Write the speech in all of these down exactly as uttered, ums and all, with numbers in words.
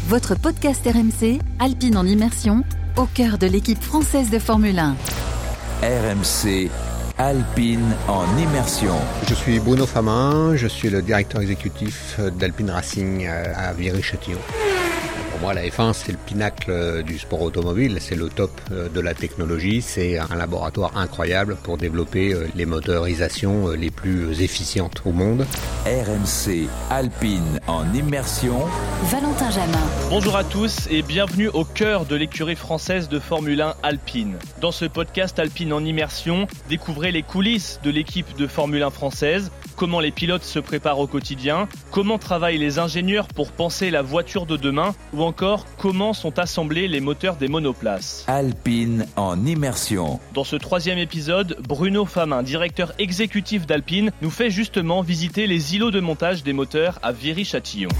votre podcast R M C, Alpine en immersion, au cœur de l'équipe française de Formule un. R M C, Alpine en immersion. Je suis Bruno Famin, je suis le directeur exécutif d'Alpine Racing à Viry-Châtillon. Pour moi, la F un, c'est le pinacle du sport automobile, c'est le top de la technologie, c'est un laboratoire incroyable pour développer les motorisations les plus efficientes au monde. R M C, Alpine en immersion. Valentin Jamin. Bonjour à tous et bienvenue au cœur de l'écurie française de Formule un Alpine. Dans ce podcast Alpine en immersion, découvrez les coulisses de l'équipe de Formule un française, comment les pilotes se préparent au quotidien, comment travaillent les ingénieurs pour penser la voiture de demain, ou encore comment sont assemblés les moteurs des monoplaces. Alpine en immersion. Dans ce troisième épisode, Bruno Famin, directeur exécutif d'Alpine, nous fait justement visiter les îlots de montage des moteurs à Viry-Châtillon.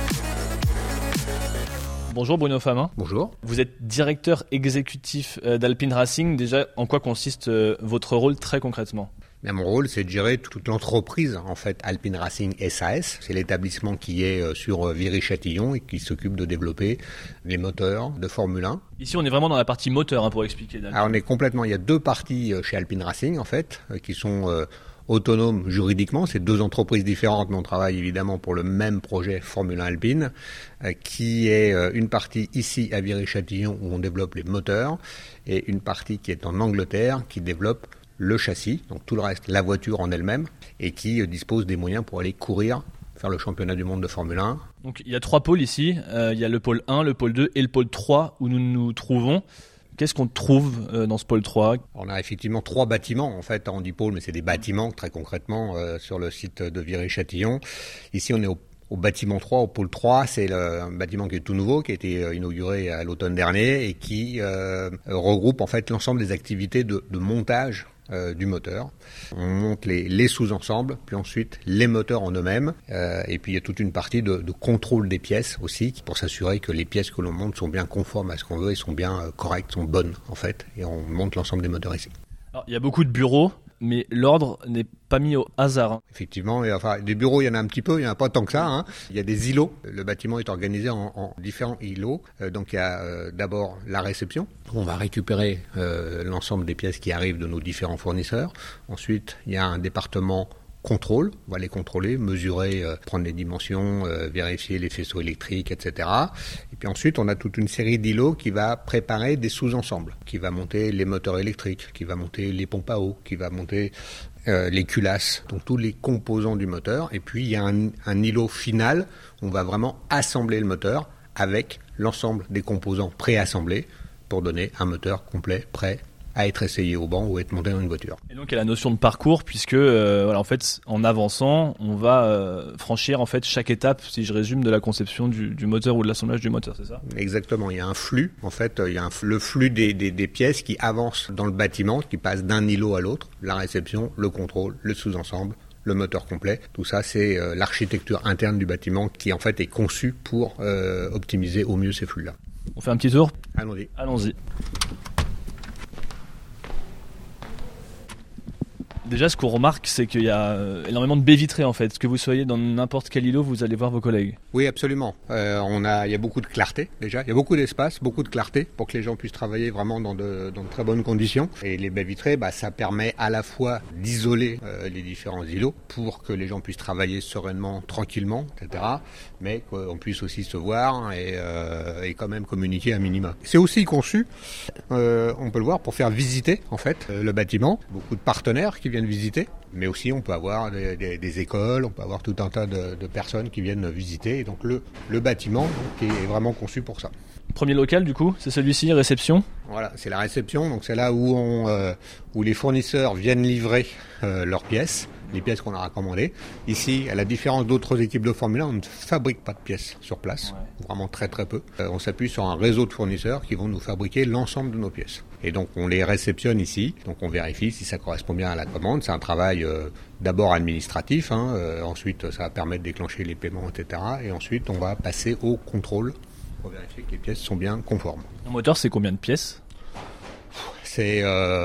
Bonjour Bruno Famin. Bonjour. Vous êtes directeur exécutif d'Alpine Racing. Déjà, en quoi consiste votre rôle très concrètement ? Bien, mon rôle, c'est de gérer toute l'entreprise, en fait, Alpine Racing S A S. C'est l'établissement qui est sur Viry-Châtillon et qui s'occupe de développer les moteurs de Formule un. Ici, on est vraiment dans la partie moteur, hein, pour expliquer. Alors, on est complètement, il y a deux parties chez Alpine Racing, en fait, qui sont euh, autonomes juridiquement. C'est deux entreprises différentes, mais on travaille évidemment pour le même projet Formule un Alpine, euh, qui est euh, une partie ici à Viry-Châtillon où on développe les moteurs et une partie qui est en Angleterre qui développe le châssis, donc tout le reste, la voiture en elle-même, et qui euh, dispose des moyens pour aller courir, faire le championnat du monde de Formule un. Donc il y a trois pôles ici, euh, il y a le pôle un, le pôle deux et le pôle trois où nous nous trouvons. Qu'est-ce qu'on trouve euh, dans ce pôle trois ? On a effectivement trois bâtiments, en fait, on dit pôle, mais c'est des bâtiments, très concrètement, euh, sur le site de Viry-Châtillon. Ici, on est au Au bâtiment trois, au pôle trois, c'est le, un bâtiment qui est tout nouveau, qui a été inauguré à l'automne dernier et qui euh, regroupe en fait l'ensemble des activités de, de montage euh, du moteur. On monte les, les sous-ensembles, puis ensuite les moteurs en eux-mêmes, euh, et puis il y a toute une partie de, de contrôle des pièces aussi, pour s'assurer que les pièces que l'on monte sont bien conformes à ce qu'on veut et sont bien euh, correctes, sont bonnes en fait, et on monte l'ensemble des moteurs ici. Alors, il y a beaucoup de bureaux, mais l'ordre n'est pas mis au hasard. Hein. Effectivement, et enfin, des bureaux, il y en a un petit peu, il n'y en a pas tant que ça. Hein. Il y a des îlots. Le bâtiment est organisé en, en différents îlots. Euh, donc, il y a euh, d'abord la réception. On va récupérer euh, l'ensemble des pièces qui arrivent de nos différents fournisseurs. Ensuite, il y a un département contrôle, on va les contrôler, mesurer, euh, prendre les dimensions, euh, vérifier les faisceaux électriques, et cetera. Et puis ensuite, on a toute une série d'îlots qui va préparer des sous-ensembles, qui va monter les moteurs électriques, qui va monter les pompes à eau, qui va monter euh, les culasses, donc tous les composants du moteur. Et puis, il y a un, un îlot final, on va vraiment assembler le moteur avec l'ensemble des composants préassemblés pour donner un moteur complet, prêt à être essayé au banc ou être monté dans une voiture. Et donc il y a la notion de parcours puisque euh, voilà, en fait en avançant on va euh, franchir en fait chaque étape, si je résume, de la conception du, du moteur ou de l'assemblage du moteur, c'est ça ? Exactement, il y a un flux en fait, il y a un, le flux des, des, des pièces qui avancent dans le bâtiment, qui passe d'un îlot à l'autre, la réception, le contrôle, le sous-ensemble, le moteur complet. Tout ça, c'est euh, l'architecture interne du bâtiment qui en fait est conçue pour euh, optimiser au mieux ces flux-là. On fait un petit tour ? Allons-y. Allons-y. Déjà, ce qu'on remarque, c'est qu'il y a énormément de baies vitrées en fait. Que vous soyez dans n'importe quel îlot, vous allez voir vos collègues. Oui, absolument. Euh, on a, il y a beaucoup de clarté déjà. Il y a beaucoup d'espace, beaucoup de clarté pour que les gens puissent travailler vraiment dans de, dans de très bonnes conditions. Et les baies vitrées, bah, ça permet à la fois d'isoler euh, les différents îlots pour que les gens puissent travailler sereinement, tranquillement, et cetera. Mais qu'on puisse aussi se voir et, euh, et quand même communiquer un minimum. C'est aussi conçu, euh, on peut le voir, pour faire visiter en fait euh, le bâtiment. Beaucoup de partenaires qui viennent visiter, mais aussi on peut avoir des, des, des écoles, on peut avoir tout un tas de, de personnes qui viennent visiter. Et donc le, le bâtiment donc, est vraiment conçu pour ça. Premier local du coup, c'est celui-ci, réception ? Voilà, c'est la réception, donc c'est là où, on, euh, où les fournisseurs viennent livrer euh, leurs pièces, les pièces qu'on a commandées. Ici, à la différence d'autres équipes de Formule un, on ne fabrique pas de pièces sur place, ouais. Vraiment très très peu. Euh, on s'appuie sur un réseau de fournisseurs qui vont nous fabriquer l'ensemble de nos pièces. Et donc on les réceptionne ici, donc on vérifie si ça correspond bien à la commande. C'est un travail euh, d'abord administratif, hein, euh, ensuite ça va permettre de déclencher les paiements, et cetera. Et ensuite on va passer au contrôle pour vérifier que les pièces sont bien conformes. Un moteur, c'est combien de pièces ? C'est,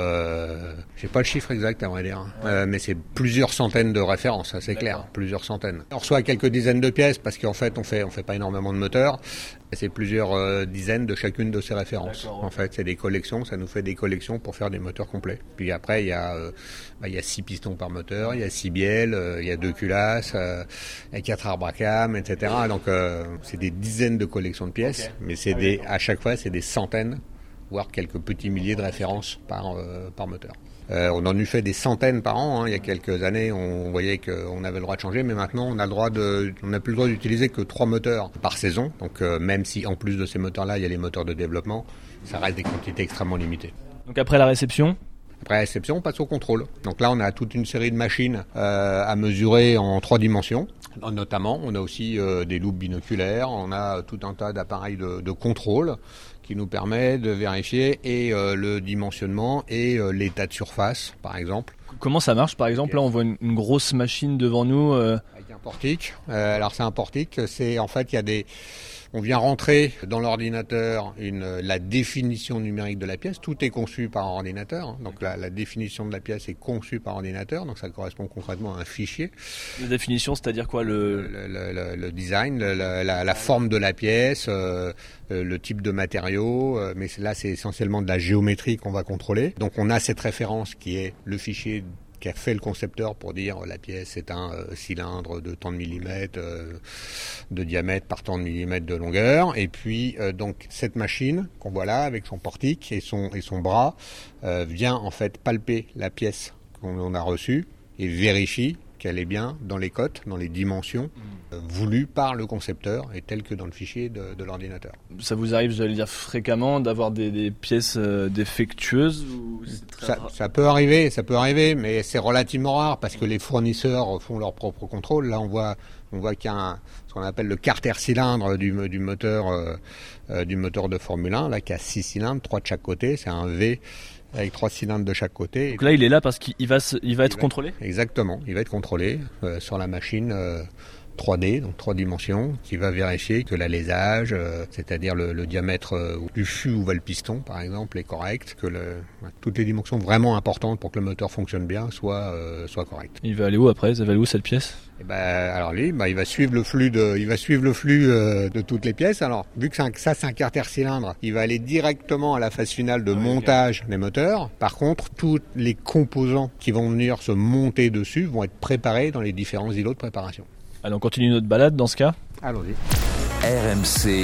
euh, j'ai pas le chiffre exact à vrai dire, euh, mais c'est plusieurs centaines de références, ça c'est clair, plusieurs centaines. On reçoit quelques dizaines de pièces parce qu'en fait on fait on fait pas énormément de moteurs. C'est plusieurs euh, dizaines de chacune de ces références. D'accord, ouais. En fait, c'est des collections, ça nous fait des collections pour faire des moteurs complets. Puis après, il y a euh, bah, il y a six pistons par moteur, il y a six bielles, euh, il y a deux culasses, euh, il y a quatre arbres à cam, et cetera. Donc euh, c'est des dizaines de collections de pièces, okay. mais c'est ah, des à chaque fois c'est des centaines, voire quelques petits milliers de références par euh, par moteur. Euh, on en eut fait des centaines par an. Hein. Il y a quelques années, on voyait qu'on avait le droit de changer, mais maintenant, on a le droit de, on n'a plus le droit d'utiliser que trois moteurs par saison. Donc, euh, même si en plus de ces moteurs-là, il y a les moteurs de développement, ça reste des quantités extrêmement limitées. Donc après la réception. Après la réception, on passe au contrôle. Donc là, on a toute une série de machines euh, à mesurer en trois dimensions. Notamment, on a aussi euh, des loupes binoculaires, on a tout un tas d'appareils de, de contrôle qui nous permet de vérifier et euh, le dimensionnement et euh, l'état de surface, par exemple. Comment ça marche, par exemple? Là, on voit une, une grosse machine devant nous. Euh... Avec un portique. Euh, alors, c'est un portique. C'est en fait, il y a des. On vient rentrer dans l'ordinateur une, la définition numérique de la pièce. Tout est conçu par ordinateur. Hein. Donc la, la définition de la pièce est conçue par ordinateur. Donc ça correspond concrètement à un fichier. La définition, c'est-à-dire quoi? Le, le, le, le, le design, le, la, la, la forme de la pièce, euh, le type de matériaux. Euh, mais là, c'est essentiellement de la géométrie qu'on va contrôler. Donc on a cette référence qui est le fichier qu'a fait le concepteur pour dire la pièce c'est un euh, cylindre de tant de millimètres euh, de diamètre par tant de millimètres de longueur, et puis euh, donc cette machine qu'on voit là avec son portique et son et son bras euh, vient en fait palper la pièce qu'on a reçue et vérifie qu'elle est bien dans les cotes, dans les dimensions euh, voulues par le concepteur et telles que dans le fichier de, de l'ordinateur. Ça vous arrive, j'allais dire fréquemment, d'avoir des, des pièces euh, défectueuses ou c'est très ça, rare? ça peut arriver, ça peut arriver, mais c'est relativement rare parce que les fournisseurs font leur propre contrôle. Là, on voit, on voit qu'il y a un, ce qu'on appelle le carter cylindre du, du moteur, euh, euh, du moteur de Formule un, là, qui a six cylindres, trois de chaque côté. C'est un V avec trois cylindres de chaque côté. Donc là, il est là parce qu'il va, se, il va il être va contrôlé être, Exactement, il va être contrôlé euh, sur la machine euh, trois D, donc trois dimensions, qui va vérifier que l'alésage, euh, c'est-à-dire le, le diamètre euh, du fût où va le piston, par exemple, est correct, que le, toutes les dimensions vraiment importantes pour que le moteur fonctionne bien soient, euh, soient correctes. Il va aller où après? Ça va aller où cette pièce? Et ben, alors lui, ben, il va suivre le flux de, il va suivre le flux euh, de toutes les pièces. Alors, vu que c'est un, ça c'est un carter cylindre, il va aller directement à la phase finale de ah, montage des moteurs. Par contre, tous les composants qui vont venir se monter dessus vont être préparés dans les différents îlots de préparation. Allez, on continue notre balade dans ce cas. Allons-y. R M C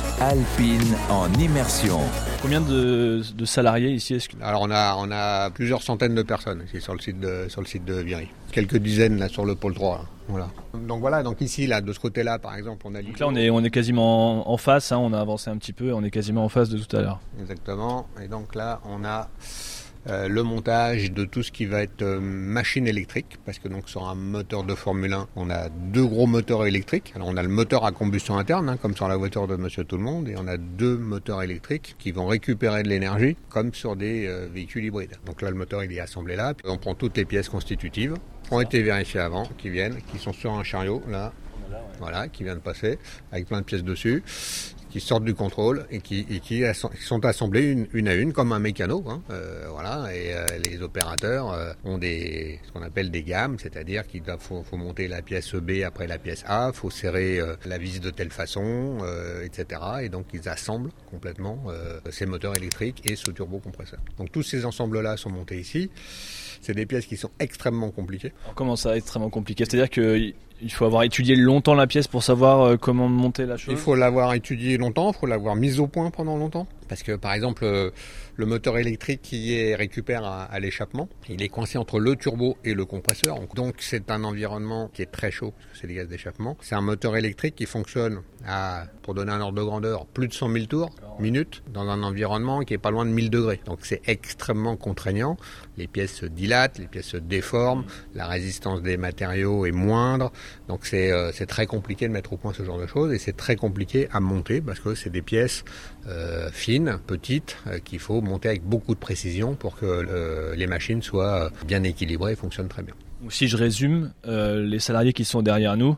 Alpine en immersion. Combien de, de salariés ici est-ce que... Alors on a on a plusieurs centaines de personnes ici sur le site de sur le site de Viry. Quelques dizaines là sur le pôle trois. Là. Voilà. Donc voilà, donc ici là de ce côté-là par exemple, on a Donc là on est on est quasiment en face hein, on a avancé un petit peu et on est quasiment en face de tout à l'heure. Exactement. Et donc là, on a Euh, le montage de tout ce qui va être euh, machine électrique, parce que donc sur un moteur de Formule un, on a deux gros moteurs électriques. Alors on a le moteur à combustion interne, hein, comme sur la voiture de Monsieur Tout-le-Monde, et on a deux moteurs électriques qui vont récupérer de l'énergie, comme sur des euh, véhicules hybrides. Donc là, le moteur il est assemblé là, puis on prend toutes les pièces constitutives, qui ont été vérifiées avant, qui viennent, qui sont sur un chariot là, voilà, qui vient de passer, avec plein de pièces dessus, qui sortent du contrôle et qui, et qui, ass- qui sont assemblées une, une à une comme un mécano. Hein, euh, voilà, et euh, les opérateurs euh, ont des, ce qu'on appelle des gammes, c'est-à-dire qu'il faut, faut monter la pièce B après la pièce A, faut serrer euh, la vis de telle façon, euh, et cetera. Et donc ils assemblent complètement euh, ces moteurs électriques et ce turbocompresseur. Donc tous ces ensembles-là sont montés ici. C'est des pièces qui sont extrêmement compliquées. Alors, comment ça, extrêmement compliqué? C'est-à-dire que il faut avoir étudié longtemps la pièce pour savoir euh, comment monter la chose? Il faut l'avoir étudié longtemps, il faut l'avoir mise au point pendant longtemps. Parce que par exemple, euh, le moteur électrique qui est récupère à, à l'échappement, il est coincé entre le turbo et le compresseur. Donc c'est un environnement qui est très chaud, parce que c'est des gaz d'échappement. C'est un moteur électrique qui fonctionne à, pour donner un ordre de grandeur, plus de cent mille tours minute, dans un environnement qui est pas loin de mille degrés. Donc c'est extrêmement contraignant. Les pièces se dilatent, les pièces se déforment, la résistance des matériaux est moindre. Donc c'est, euh, c'est très compliqué de mettre au point ce genre de choses, et c'est très compliqué à monter parce que c'est des pièces euh, fines, petites, euh, qu'il faut monter avec beaucoup de précision pour que euh, les machines soient bien équilibrées et fonctionnent très bien. Donc, si je résume, euh, les salariés qui sont derrière nous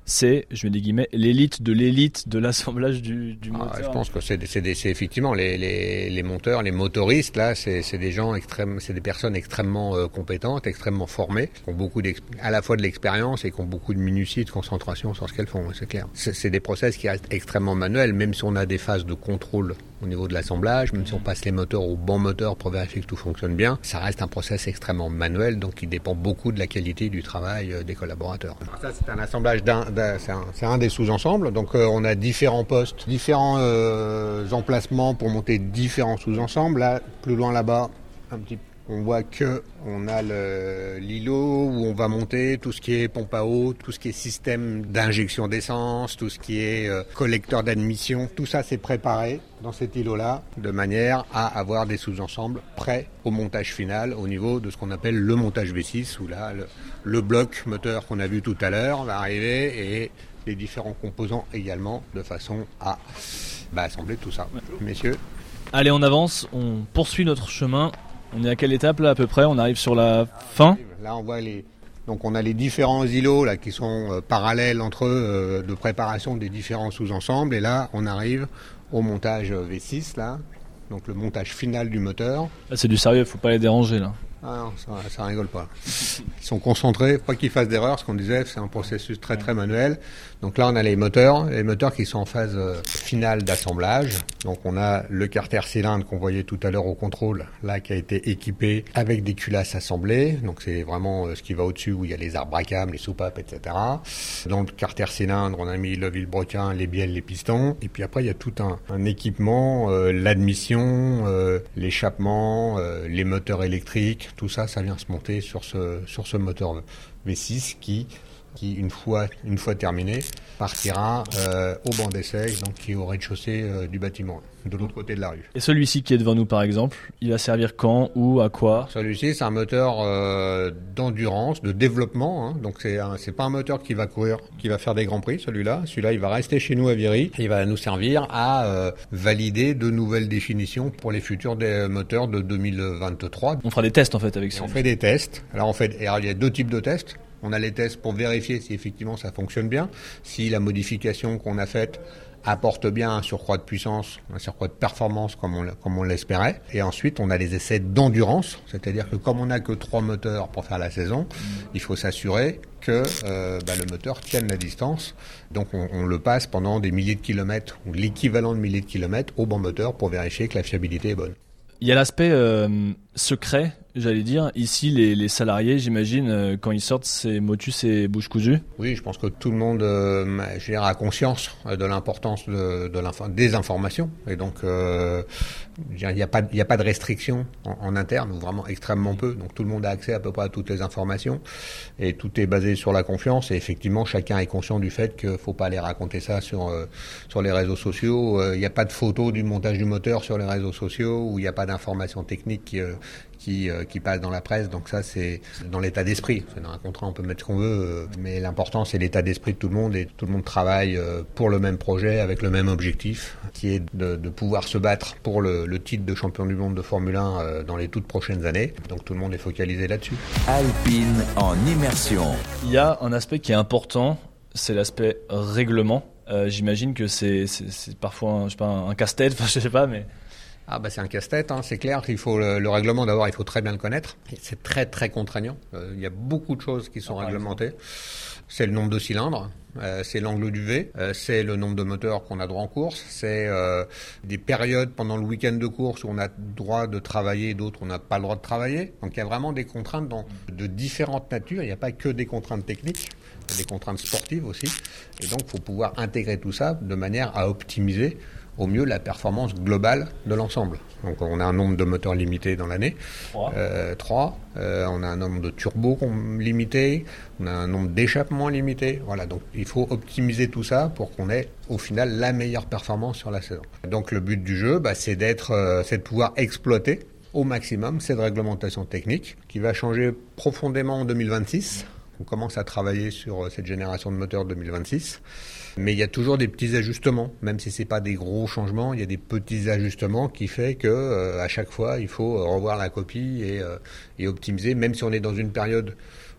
c'est, je mets des guillemets, l'élite de l'élite de l'assemblage du, du moteur. Ah, je pense que c'est, c'est, des, c'est effectivement les, les, les monteurs, les motoristes, là, c'est, c'est des gens extrêmes, c'est des personnes extrêmement euh, compétentes, extrêmement formées, qui ont beaucoup à la fois de l'expérience et qui ont beaucoup de minutie, de concentration sur ce qu'elles font, c'est clair. C'est, c'est des process qui restent extrêmement manuels, même si on a des phases de contrôle au niveau de l'assemblage, même si on passe les moteurs au bon moteur pour vérifier que tout fonctionne bien, ça reste un process extrêmement manuel, donc il dépend beaucoup de la qualité du travail euh, des collaborateurs. Alors ça, c'est un assemblage d'un, d'un c'est, un, c'est un des sous-ensembles, donc euh, on a différents postes, différents euh, emplacements pour monter différents sous-ensembles. Là, plus loin là-bas, un petit peu. On voit que on a le, l'îlot où on va monter tout ce qui est pompe à eau, tout ce qui est système d'injection d'essence, tout ce qui est euh, collecteur d'admission. Tout ça, c'est préparé dans cet îlot-là de manière à avoir des sous-ensembles prêts au montage final au niveau de ce qu'on appelle le montage V six, où là, le, le bloc moteur qu'on a vu tout à l'heure va arriver et les différents composants également de façon à bah, assembler tout ça. Messieurs. Allez, on avance, on poursuit notre chemin. On est à quelle étape là à peu près ? On arrive sur la fin ? Là on voit les, donc on a les différents îlots là qui sont euh, parallèles entre eux euh, de préparation des différents sous-ensembles, et là on arrive au montage V six là, donc le montage final du moteur. Là c'est du sérieux, faut pas les déranger là. Ah non, ça, ça rigole pas. Ils sont concentrés, pas qu'ils fassent d'erreurs, ce qu'on disait, c'est un processus très très manuel. Donc là on a les moteurs, les moteurs qui sont en phase euh, finale d'assemblage. Donc on a le carter cylindre qu'on voyait tout à l'heure au contrôle, là qui a été équipé avec des culasses assemblées. Donc c'est vraiment euh, ce qui va au-dessus où il y a les arbres à câbles, les soupapes, et cetera. Dans le carter cylindre, on a mis le vilebrequin, les bielles, les pistons. Et puis après il y a tout un, un équipement, euh, l'admission, euh, l'échappement, euh, les moteurs électriques. Tout ça, ça vient se monter sur ce, sur ce moteur V six qui, qui une fois, une fois terminé, partira euh, au banc d'essai, donc qui est au rez-de-chaussée euh, du bâtiment, de l'autre côté de la rue. Et celui-ci qui est devant nous par exemple, il va servir quand, où, à quoi ? Celui-ci, c'est un moteur euh, d'endurance, de développement, hein, donc c'est, un, c'est pas un moteur qui va courir, qui va faire des grands prix, celui-là. Celui-là, il va rester chez nous à Viry, et il va nous servir à euh, valider de nouvelles définitions pour les futurs des moteurs de deux mille vingt-trois. On fera des tests en fait avec ça. On fait des tests. Alors on fait, alors, il y a deux types de tests. On a les tests pour vérifier si effectivement ça fonctionne bien, si la modification qu'on a faite apporte bien un surcroît de puissance, un surcroît de performance comme on, comme on l'espérait. Et ensuite, on a les essais d'endurance, c'est-à-dire que comme on n'a que trois moteurs pour faire la saison, il faut s'assurer que euh, bah, le moteur tienne la distance. Donc on, on le passe pendant des milliers de kilomètres, ou l'équivalent de milliers de kilomètres au bon moteur pour vérifier que la fiabilité est bonne. Il y a l'aspect euh, secret, j'allais dire. Ici, les, les salariés, j'imagine, euh, quand ils sortent, c'est motus et bouche cousue. Oui, je pense que tout le monde euh, je veux dire, a conscience de l'importance de, de l'info- des informations. Et donc, euh, il n'y a pas, il n'y a pas de restriction en, en interne, ou vraiment extrêmement peu. Donc, tout le monde a accès à peu près à toutes les informations. Et tout est basé sur la confiance. Et effectivement, chacun est conscient du fait qu'il ne faut pas aller raconter ça sur, euh, sur les réseaux sociaux. Euh, il n'y a pas de photos du montage du moteur sur les réseaux sociaux, ou il n'y a pas d'informations techniques qui... Euh, Qui, euh, qui passe dans la presse, donc ça c'est dans l'état d'esprit. C'est dans un contrat, on peut mettre ce qu'on veut, euh, mais l'important c'est l'état d'esprit de tout le monde, et tout le monde travaille euh, pour le même projet, avec le même objectif, qui est de, de pouvoir se battre pour le, le titre de champion du monde de Formule un euh, dans les toutes prochaines années. Donc tout le monde est focalisé là-dessus. Alpine en immersion. Il y a un aspect qui est important, c'est l'aspect règlement. Euh, j'imagine que c'est, c'est, c'est parfois un, je sais pas, un casse-tête, enfin je sais pas, mais... Ah bah c'est un casse-tête, hein. C'est clair qu'il faut le, le règlement d'abord, il faut très bien le connaître. Et c'est très très contraignant. Euh, il y a beaucoup de choses qui sont ah, réglementées. C'est le nombre de cylindres, euh, c'est l'angle du V, euh, c'est le nombre de moteurs qu'on a droit en course, c'est euh, des périodes pendant le week-end de course où on a droit de travailler, d'autres on n'a pas le droit de travailler. Donc il y a vraiment des contraintes dans, de différentes natures. Il n'y a pas que des contraintes techniques, il y a des contraintes sportives aussi. Et donc il faut pouvoir intégrer tout ça de manière à optimiser au mieux la performance globale de l'ensemble. Donc on a un nombre de moteurs limité dans l'année, trois. Euh, trois. Euh, on a un nombre de turbos limité, on a un nombre d'échappements limité. Voilà, donc il faut optimiser tout ça pour qu'on ait au final la meilleure performance sur la saison. Donc le but du jeu, bah, c'est d'être, euh, c'est de pouvoir exploiter au maximum cette réglementation technique qui va changer profondément en deux mille vingt-six. On commence à travailler sur cette génération de moteurs deux mille vingt-six. Mais il y a toujours des petits ajustements, même si c'est pas des gros changements, il y a des petits ajustements qui fait que euh, à chaque fois il faut revoir la copie et, euh, et optimiser, même si on est dans une période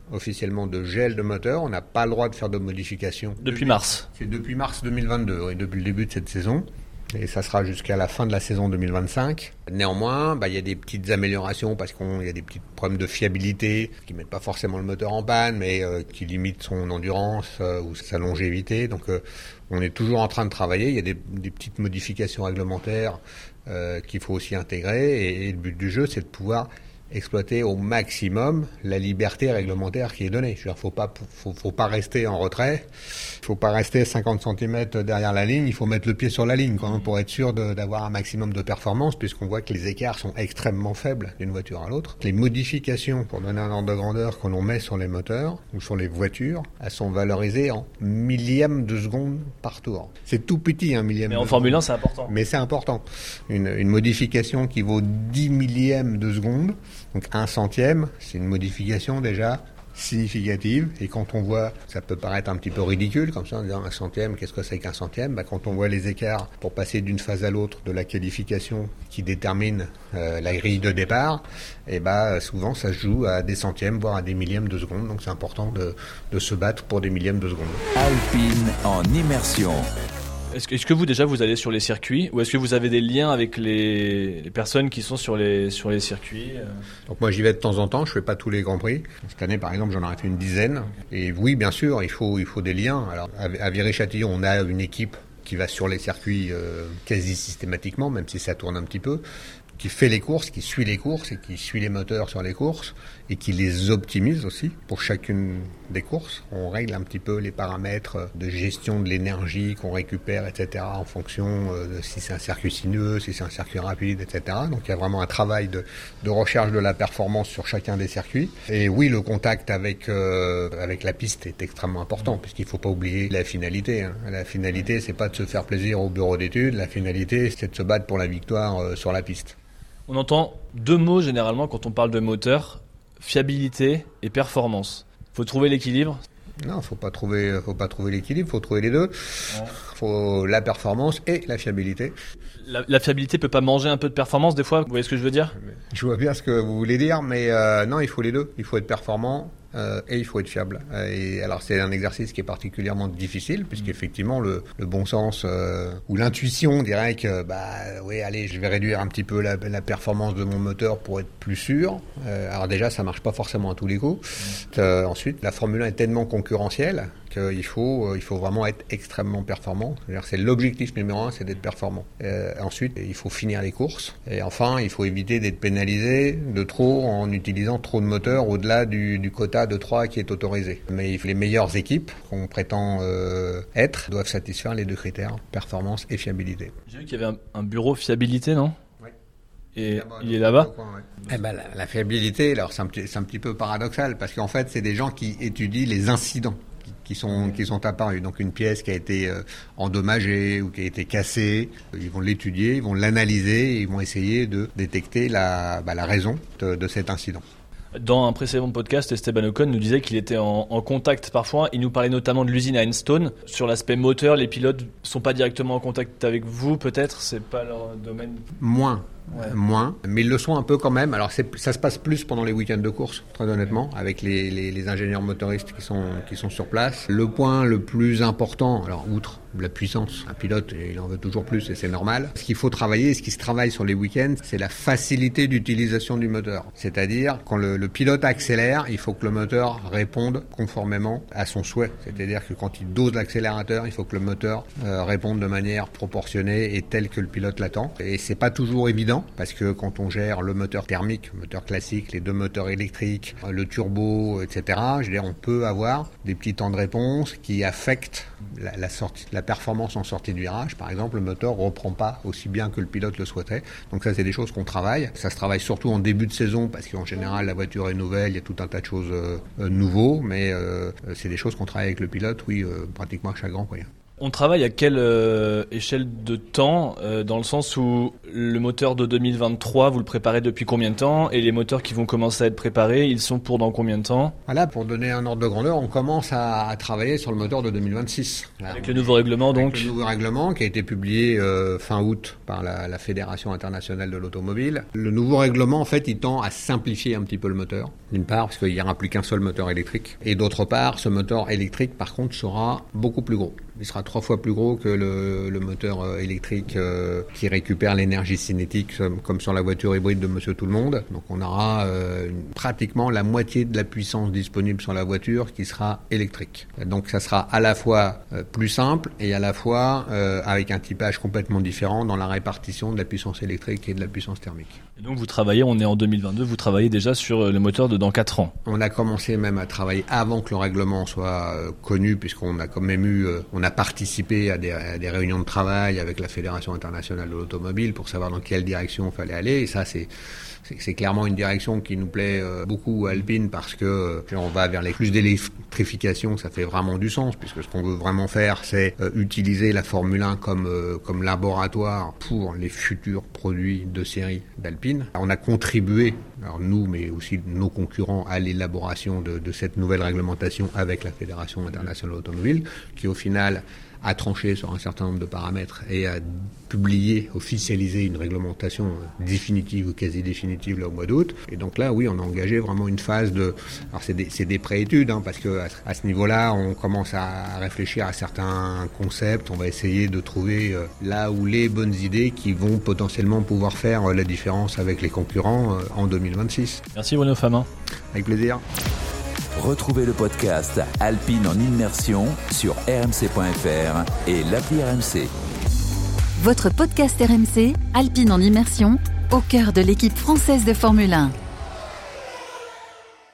officiellement de gel de moteur. On n'a pas le droit de faire de modifications. Depuis mars. C'est depuis mars deux mille vingt-deux, oui, depuis le début de cette saison. Et ça sera jusqu'à la fin de la saison deux mille vingt-cinq. Néanmoins, bah, il y a des petites améliorations parce qu'il y a des petits problèmes de fiabilité qui mettent pas forcément le moteur en panne, mais euh, qui limitent son endurance euh, ou sa longévité. Donc, euh, on est toujours en train de travailler. Il y a des, des petites modifications réglementaires euh, qu'il faut aussi intégrer. Et, et le but du jeu, c'est de pouvoir exploiter au maximum la liberté réglementaire qui est donnée. Je veux dire, faut pas, faut, faut pas rester en retrait. Faut pas rester cinquante centimètres derrière la ligne. Il faut mettre le pied sur la ligne quand même pour être sûr de, d'avoir un maximum de performance, puisqu'on voit que les écarts sont extrêmement faibles d'une voiture à l'autre. Les modifications, pour donner un ordre de grandeur, que l'on met sur les moteurs ou sur les voitures, elles sont valorisées en millièmes de seconde par tour. C'est tout petit, un millième. Mais de en Formule seconde. un, c'est important. Mais c'est important. Une, une modification qui vaut dix millièmes de seconde, donc un centième, c'est une modification déjà significative. Et quand on voit, ça peut paraître un petit peu ridicule, comme ça, en disant un centième, qu'est-ce que c'est qu'un centième? Bah, quand on voit les écarts pour passer d'une phase à l'autre de la qualification qui détermine euh, la grille de départ, et bah, souvent ça se joue à des centièmes, voire à des millièmes de seconde. Donc c'est important de, de se battre pour des millièmes de seconde. Alpine en immersion. Est-ce que, est-ce que vous déjà vous allez sur les circuits ou est-ce que vous avez des liens avec les, les personnes qui sont sur les, sur les circuits? Donc moi j'y vais de temps en temps, je fais pas tous les Grands Prix. Cette année par exemple j'en ai fait une dizaine. Et oui bien sûr il faut, il faut des liens. Alors à, à Viry-Châtillon on a une équipe qui va sur les circuits euh, quasi systématiquement, même si ça tourne un petit peu, qui fait les courses, qui suit les courses et qui suit les moteurs sur les courses et qui les optimise aussi pour chacune des courses. On règle un petit peu les paramètres de gestion de l'énergie qu'on récupère, et cetera en fonction de si c'est un circuit sinueux, si c'est un circuit rapide, et cetera. Donc il y a vraiment un travail de, de recherche de la performance sur chacun des circuits. Et oui, le contact avec, euh, avec la piste est extrêmement important puisqu'il ne faut pas oublier la finalité. Hein. La finalité, c'est pas de se faire plaisir au bureau d'études. La finalité, c'est de se battre pour la victoire euh, sur la piste. On entend deux mots généralement quand on parle de moteur, fiabilité et performance. Faut trouver l'équilibre. Non, faut pas trouver, faut pas trouver l'équilibre, faut trouver les deux. Ouais. Faut la performance et la fiabilité. La, la fiabilité peut pas manger un peu de performance des fois. Vous voyez ce que je veux dire? Je vois bien ce que vous voulez dire, mais euh, non, il faut les deux. Il faut être performant. Euh, et il faut être fiable. Et alors c'est un exercice qui est particulièrement difficile puisqu'effectivement le, le bon sens euh, ou l'intuition dirait que bah oui allez je vais réduire un petit peu la, la performance de mon moteur pour être plus sûr. Euh, alors déjà ça marche pas forcément à tous les coups. Euh, ensuite la Formule un est tellement concurrentielle qu'il faut euh, il faut vraiment être extrêmement performant. C'est-à-dire, c'est l'objectif numéro un, c'est d'être performant. Euh, ensuite il faut finir les courses et enfin il faut éviter d'être pénalisé de trop en utilisant trop de moteurs au-delà du, du quota de trois qui est autorisé. Mais les meilleures équipes qu'on prétend euh, être doivent satisfaire les deux critères, performance et fiabilité. J'ai vu qu'il y avait un, un bureau fiabilité, non? Oui. Et là-bas, il est là-bas coin, ouais. Eh ben, la, la fiabilité, alors c'est un, petit, c'est un petit peu paradoxal parce qu'en fait, c'est des gens qui étudient les incidents qui sont, qui sont apparus. Donc une pièce qui a été euh, endommagée ou qui a été cassée, ils vont l'étudier, ils vont l'analyser et ils vont essayer de détecter la, bah, la raison de, de cet incident. Dans un précédent podcast, Esteban Ocon nous disait qu'il était en, en contact parfois. Il nous parlait notamment de l'usine à Enstone. Sur l'aspect moteur, les pilotes ne sont pas directement en contact avec vous, peut-être? C'est pas leur domaine? Moins. Ouais. Moins, mais ils le sont un peu quand même. Alors c'est, ça se passe plus pendant les week-ends de course, très honnêtement, avec les, les, les ingénieurs motoristes qui sont, qui sont sur place. Le point le plus important, alors outre la puissance, un pilote il en veut toujours plus et c'est normal. Ce qu'il faut travailler, ce qui se travaille sur les week-ends, c'est la facilité d'utilisation du moteur. C'est-à-dire quand le, le pilote accélère, il faut que le moteur réponde conformément à son souhait. C'est-à-dire que quand il dose l'accélérateur, il faut que le moteur euh, réponde de manière proportionnée et telle que le pilote l'attend. Et c'est pas toujours évident. Parce que quand on gère le moteur thermique, le moteur classique, les deux moteurs électriques, le turbo, et cetera, je veux dire, on peut avoir des petits temps de réponse qui affectent la, la, sortie, la performance en sortie de virage. Par exemple, le moteur ne reprend pas aussi bien que le pilote le souhaitait. Donc ça, c'est des choses qu'on travaille. Ça se travaille surtout en début de saison parce qu'en général, la voiture est nouvelle, il y a tout un tas de choses euh, nouveaux, mais euh, c'est des choses qu'on travaille avec le pilote, oui, euh, pratiquement à chaque Grand Prix. On travaille à quelle euh, échelle de temps, euh, dans le sens où le moteur de deux mille vingt-trois, vous le préparez depuis combien de temps, et les moteurs qui vont commencer à être préparés, ils sont pour dans combien de temps? Voilà, pour donner un ordre de grandeur, on commence à, à travailler sur le moteur de deux mille vingt-six. Là, avec le nouveau règlement donc. Avec le nouveau règlement qui a été publié euh, fin août par la, la Fédération internationale de l'automobile. Le nouveau règlement, en fait, il tend à simplifier un petit peu le moteur. D'une part, parce qu'il n'y aura plus qu'un seul moteur électrique. Et d'autre part, ce moteur électrique, par contre, sera beaucoup plus gros. Il sera trois fois plus gros que le, le moteur électrique euh, qui récupère l'énergie cinétique comme sur la voiture hybride de Monsieur Tout-le-Monde. Donc on aura euh, une, pratiquement la moitié de la puissance disponible sur la voiture qui sera électrique. Donc ça sera à la fois euh, plus simple et à la fois euh, avec un typage complètement différent dans la répartition de la puissance électrique et de la puissance thermique. Et donc vous travaillez, on est en deux mille vingt-deux, vous travaillez déjà sur le moteur de dans quatre ans. On a commencé même à travailler avant que le règlement soit euh, connu, puisqu'on a quand même eu, euh, on a participé à des, à des réunions de travail avec la Fédération internationale de l'automobile pour savoir dans quelle direction il fallait aller. Et ça, c'est, c'est, c'est clairement une direction qui nous plaît euh, beaucoup à Alpine, parce que euh, on va vers les plus d'électrification, ça fait vraiment du sens, puisque ce qu'on veut vraiment faire, c'est euh, utiliser la Formule un comme, euh, comme laboratoire pour les futurs produits de série d'Alpine. On a contribué, alors nous, mais aussi nos concurrents, à l'élaboration de, de cette nouvelle réglementation avec la Fédération internationale de l'automobile, qui au final a tranché sur un certain nombre de paramètres et a publié, officialisé une réglementation définitive ou quasi définitive là au mois d'août. Et donc là, oui, on a engagé vraiment une phase de... Alors c'est des, c'est des préétudes, hein, parce que à, à ce niveau-là, on commence à réfléchir à certains concepts. On va essayer de trouver euh, là où les bonnes idées qui vont potentiellement pouvoir faire euh, la différence avec les concurrents euh, en deux mille vingt-six. Merci Bruno Famin. Avec plaisir. Retrouvez le podcast Alpine en immersion sur r m c point f r et l'appli R M C. Votre podcast R M C, Alpine en immersion, au cœur de l'équipe française de Formule un.